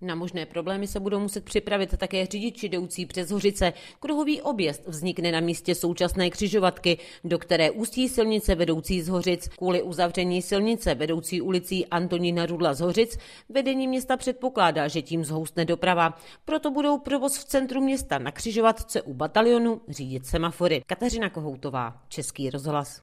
Na možné problémy se budou muset připravit také řidiči jdoucí přes Hořice. Kruhový objezd vznikne na místě současné křižovatky, do které ústí silnice vedoucí z Hořic. Kvůli uzavření silnice vedoucí ulicí Antonína Rudla z Hořic vedení města předpokládá, že tím zhoustne doprava. Proto budou provoz v centru města na křižovatce u Batalionu řídit semafory. Kateřina Kohoutová, Český rozhlas.